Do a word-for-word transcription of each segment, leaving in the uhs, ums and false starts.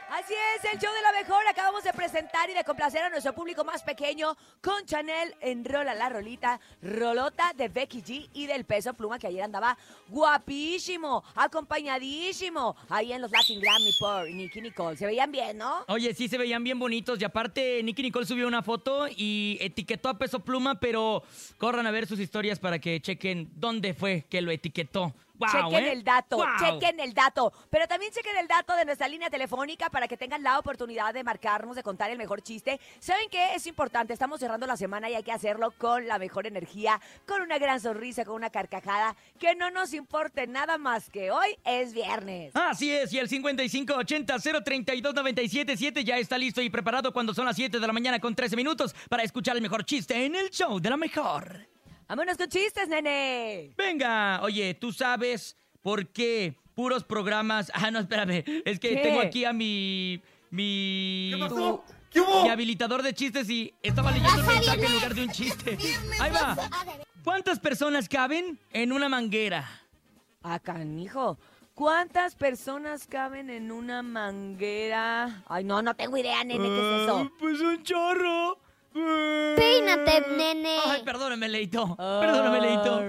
Así es, el show de la mejor. Acabamos de presentar y de complacer a nuestro público más pequeño con Chanel en Rola la Rolita, Rolota de Becky G y del Peso Pluma, que ayer andaba guapísimo, acompañadísimo, ahí en los Latin Grammy por Nicki Nicole. Se veían bien, ¿no? Oye, sí se veían bien bonitos y aparte Nicki Nicole subió una foto y etiquetó a Peso Pluma, pero corran a ver sus historias para que chequen dónde fue que lo etiquetó. Wow, chequen ¿eh? el dato, Wow. chequen el dato. Pero también chequen el dato de nuestra línea telefónica para que tengan la oportunidad de marcarnos, de contar el mejor chiste. ¿Saben qué? Es importante, estamos cerrando la semana y hay que hacerlo con la mejor energía, con una gran sonrisa, con una carcajada, que no nos importe nada más que hoy es viernes. Así es, y el cincuenta y cinco ochenta cero treinta y dos noventa y siete siete ya está listo y preparado cuando son las siete de la mañana con trece minutos para escuchar el mejor chiste en el show de la mejor. ¡Vámonos con chistes, nene! Venga, oye, ¿tú sabes por qué puros programas? Ah, no, espérame, es que ¿Qué? tengo aquí a mi... mi... ¿Qué pasó? ¿Qué hubo? Mi habilitador de chistes y estaba leyendo el mensaje en lugar de un chiste. Ahí va. ¿Cuántas personas caben en una manguera? Ah, canijo. ¿Cuántas personas caben en una manguera? Ay, no, no tengo idea, nene, ¿qué es eso? Ah, pues un chorro. Peínate, nene. Ay, perdóname, Leito. Perdóname, Leito.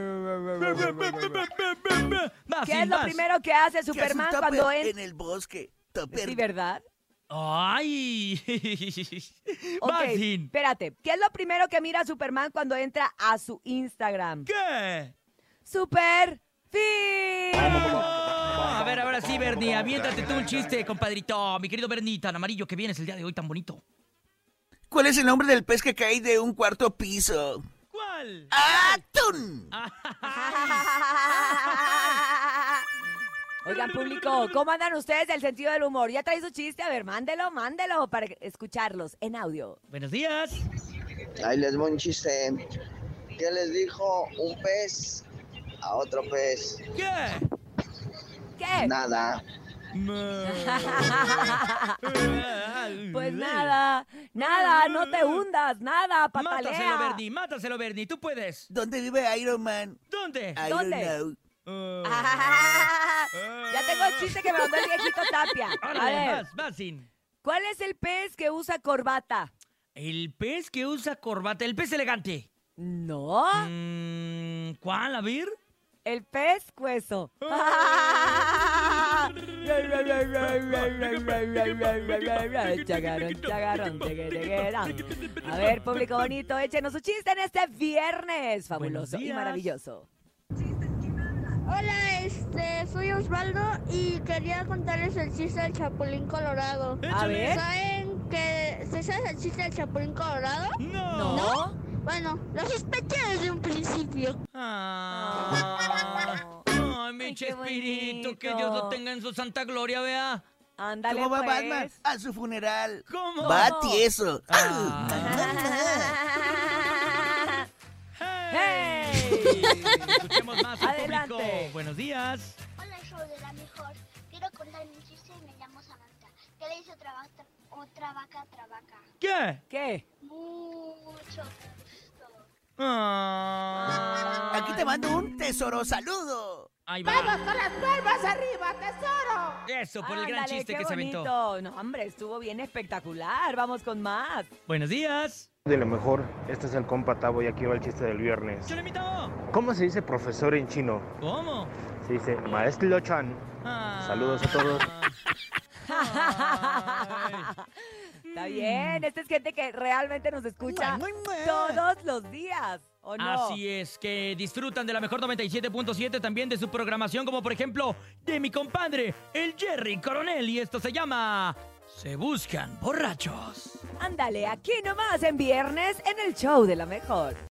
Vas, ¿Qué Sin, es lo vas. primero que hace Superman ¿Qué hace un cuando tupper entra? en el bosque? Tupper. Sí, ¿verdad? Ay. Ok, Vas, Sin. espérate. ¿Qué es lo primero que mira Superman cuando entra a su Instagram? ¿Qué? ¡Super fin! Ah, a ver, ahora sí, Bernie, aviéntate tú un chiste, compadrito. Mi querido Bernie, tan amarillo que vienes el día de hoy, tan bonito. ¿Cuál es el nombre del pez que cae de un cuarto piso? ¿Cuál? ¡Atún! Oigan, público, ¿cómo andan ustedes del sentido del humor? ¿Ya trae su chiste? A ver, mándelo, mándelo para escucharlos en audio. Buenos días. Ahí les voy un chiste. ¿Qué les dijo un pez a otro pez? ¿Qué? ¿Qué? Nada. Pues nada, nada, no te hundas, nada, patalea. Mátaselo, Bernie, mátaselo, Bernie, tú puedes. ¿Dónde vive Iron Man? ¿Dónde? I ¿Dónde? don't Ah. know. Ah, ya tengo el chiste que me mandó el viejito Tapia. A Órale, ver, vas, vas, Sin. ¿cuál es el pez que usa corbata? El pez que usa corbata, el pez elegante. No, Mm, ¿Cuál, a ver? el pez cueso. Chagarón, chagarón, cheque, chequerón. A ver, público bonito, échenos su chiste en este viernes fabuloso Buenos y días. maravilloso. Hola, este, soy Osvaldo y quería contarles el chiste del Chapulín Colorado. A ver. ¿Saben que se sabe el chiste del Chapulín Colorado? No. ¿No? Bueno, lo sospeché desde un principio. Ah. Ay, mi Ay, qué Chespirito, que bonito. Dios lo tenga en su santa gloria, vea. Ándale, ¿Cómo va pues. Batman? A su funeral. ¿Cómo? Va tieso. Ah. ¡Hey! Escuchemos más al Adelante. público. Buenos días. Hola, show de la mejor. Quiero contar un chiste y me llamo Samantha. ¿Qué le dice otra vaca, otra vaca, otra vaca? ¿Qué? ¿Qué? Mucho gusto. Ah. Aquí te mando un tesoro saludo. Ahí va. con las palmas arriba, tesoro! Eso, por el gran Ándale, chiste qué que se aventó. bonito. No, hombre, estuvo bien espectacular. Vamos con más. Buenos días. De lo mejor, este es el compa Tavo y aquí va el chiste del viernes. ¡Chulemito! ¿Cómo se dice profesor en chino? ¿Cómo? Se dice Maestro Chan. Ah. Saludos a todos. Ay. Está bien, esta es gente que realmente nos escucha Mua, mua, mua. todos los días, ¿o no? Así es, que disfrutan de la mejor noventa y siete punto siete, también de su programación, como por ejemplo de mi compadre, el Jerry Coronel, y esto se llama Se Buscan Borrachos. Ándale, aquí nomás en viernes en el show de la mejor.